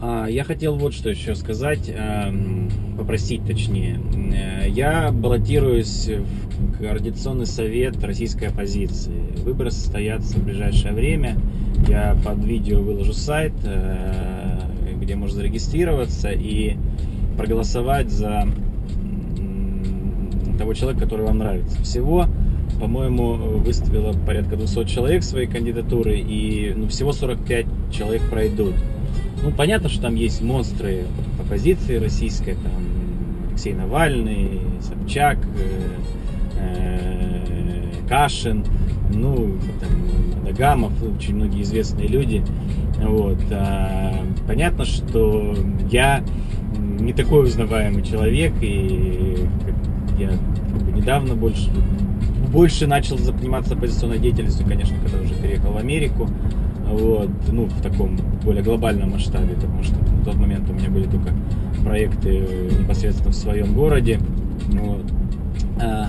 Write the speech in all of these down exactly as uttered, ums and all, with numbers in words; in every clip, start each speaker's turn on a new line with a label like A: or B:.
A: А, Я хотел вот что еще сказать, эм, попросить точнее. Э, Я баллотируюсь в Координационный совет российской оппозиции. Выборы состоятся в ближайшее время. Я под видео выложу сайт, э, где можно зарегистрироваться и проголосовать за м, того человека, который вам нравится. Всего, по-моему, выставило порядка двухсот человек свои кандидатуры, и ну, всего сорок пять человек пройдут. Ну, понятно, что там есть монстры оппозиции российской, там Алексей Навальный, Собчак, э, э, Кашин, ну, там, Нагамов, очень многие известные люди. Вот. А, понятно, что я не такой узнаваемый человек, и я как бы недавно больше, больше начал заниматься оппозиционной деятельностью, конечно, когда уже переехал в Америку. Вот, ну, в таком более глобальном масштабе, потому что на тот момент у меня были только проекты непосредственно в своем городе. Вот. А,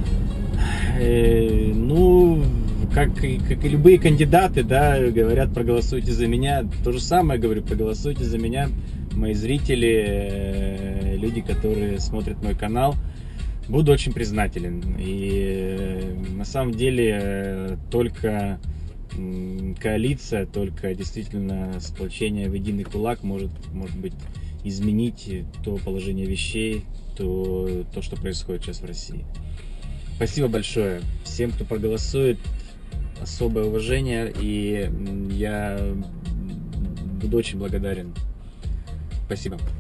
A: э, ну, как и, как и любые кандидаты, да, говорят, проголосуйте за меня. То же самое говорю, проголосуйте за меня, мои зрители, э, люди, которые смотрят мой канал. Буду очень признателен. И э, на самом деле э, только коалиция, только действительно сплочение в единый кулак может, может быть, изменить то положение вещей, то, то, что происходит сейчас в России. Спасибо большое всем, кто проголосует. Особое уважение, и я буду очень благодарен. Спасибо.